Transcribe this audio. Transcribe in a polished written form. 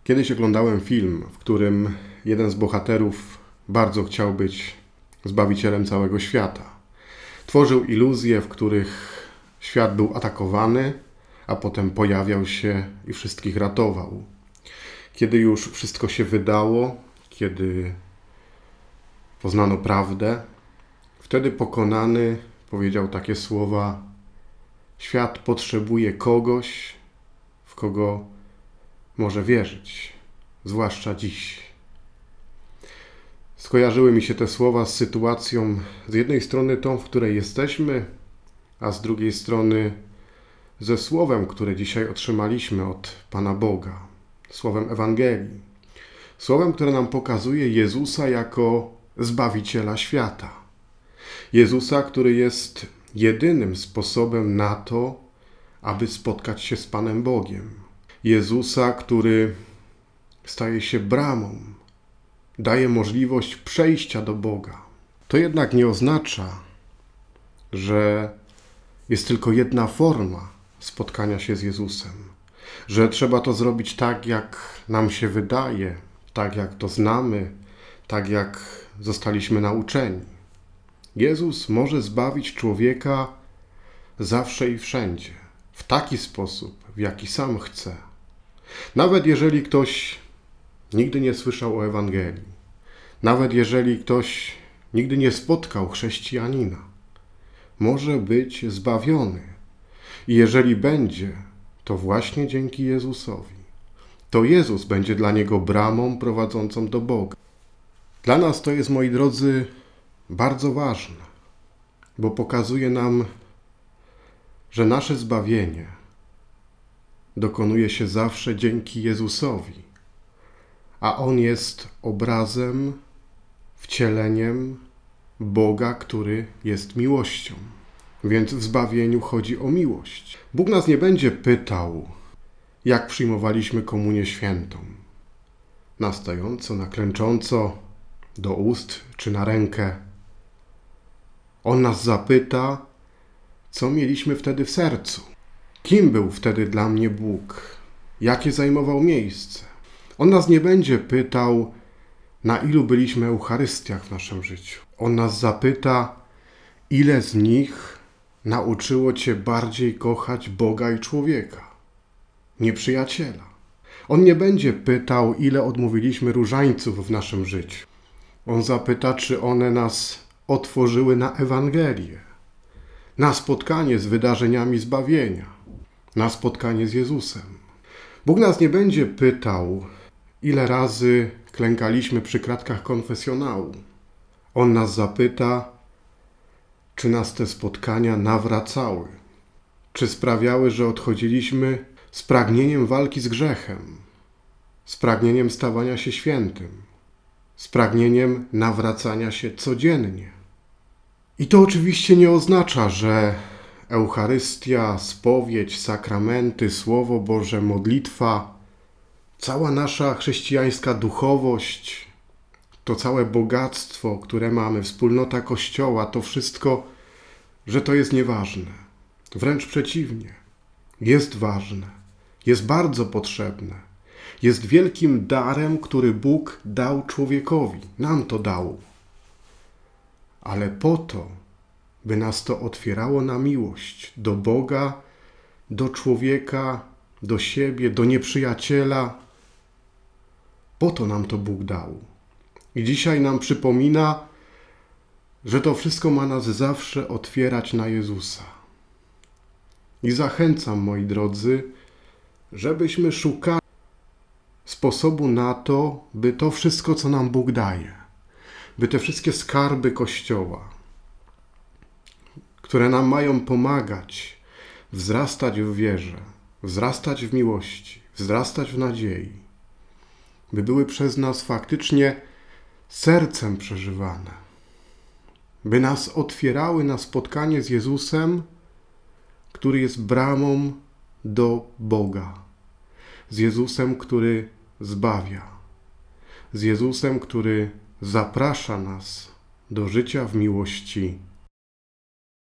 Kiedyś oglądałem film, w którym jeden z bohaterów bardzo chciał być zbawicielem całego świata. Tworzył iluzje, w których świat był atakowany, a potem pojawiał się i wszystkich ratował. Kiedy już wszystko się wydało, kiedy poznano prawdę, wtedy pokonany powiedział takie słowa: świat potrzebuje kogoś, w kogo może wierzyć, zwłaszcza dziś. Skojarzyły mi się te słowa z sytuacją, z jednej strony tą, w której jesteśmy, a z drugiej strony ze słowem, które dzisiaj otrzymaliśmy od Pana Boga, słowem Ewangelii. Słowem, które nam pokazuje Jezusa jako Zbawiciela świata. Jezusa, który jest jedynym sposobem na to, aby spotkać się z Panem Bogiem. Jezusa, który staje się bramą, daje możliwość przejścia do Boga. To jednak nie oznacza, że jest tylko jedna forma spotkania się z Jezusem, że trzeba to zrobić tak, jak nam się wydaje, tak jak to znamy, tak jak zostaliśmy nauczeni. Jezus może zbawić człowieka zawsze i wszędzie, w taki sposób, w jaki sam chce. Nawet jeżeli ktoś nigdy nie słyszał o Ewangelii, nawet jeżeli ktoś nigdy nie spotkał chrześcijanina, może być zbawiony. I jeżeli będzie, to właśnie dzięki Jezusowi. To Jezus będzie dla niego bramą prowadzącą do Boga. Dla nas to jest, moi drodzy, bardzo ważne, bo pokazuje nam, że nasze zbawienie dokonuje się zawsze dzięki Jezusowi, a On jest obrazem, wcieleniem Boga, który jest miłością. Więc w zbawieniu chodzi o miłość. Bóg nas nie będzie pytał, jak przyjmowaliśmy komunię świętą. Na stojąco, na klęcząco, do ust czy na rękę. On nas zapyta, co mieliśmy wtedy w sercu. Kim był wtedy dla mnie Bóg? Jakie zajmował miejsce? On nas nie będzie pytał, na ilu byliśmy Eucharystiach w naszym życiu. On nas zapyta, ile z nich nauczyło Cię bardziej kochać Boga i człowieka, nieprzyjaciela. On nie będzie pytał, ile odmówiliśmy różańców w naszym życiu. On zapyta, czy one nas otworzyły na Ewangelię, na spotkanie z wydarzeniami zbawienia, na spotkanie z Jezusem. Bóg nas nie będzie pytał, ile razy klękaliśmy przy kratkach konfesjonału. On nas zapyta, czy nas te spotkania nawracały, czy sprawiały, że odchodziliśmy z pragnieniem walki z grzechem, z pragnieniem stawania się świętym, z pragnieniem nawracania się codziennie. I to oczywiście nie oznacza, że Eucharystia, spowiedź, sakramenty, Słowo Boże, modlitwa, cała nasza chrześcijańska duchowość, to całe bogactwo, które mamy, wspólnota Kościoła, to wszystko, że to jest nieważne. Wręcz przeciwnie. Jest ważne. Jest bardzo potrzebne. Jest wielkim darem, który Bóg dał człowiekowi. Nam to dał. Ale po to, by nas to otwierało na miłość do Boga, do człowieka, do siebie, do nieprzyjaciela. Po to nam to Bóg dał. I dzisiaj nam przypomina, że to wszystko ma nas zawsze otwierać na Jezusa. I zachęcam, moi drodzy, żebyśmy szukali sposobu na to, by to wszystko, co nam Bóg daje, by te wszystkie skarby Kościoła, które nam mają pomagać wzrastać w wierze, wzrastać w miłości, wzrastać w nadziei, by były przez nas faktycznie sercem przeżywane, by nas otwierały na spotkanie z Jezusem, który jest bramą do Boga, z Jezusem, który zbawia, z Jezusem, który zaprasza nas do życia w miłości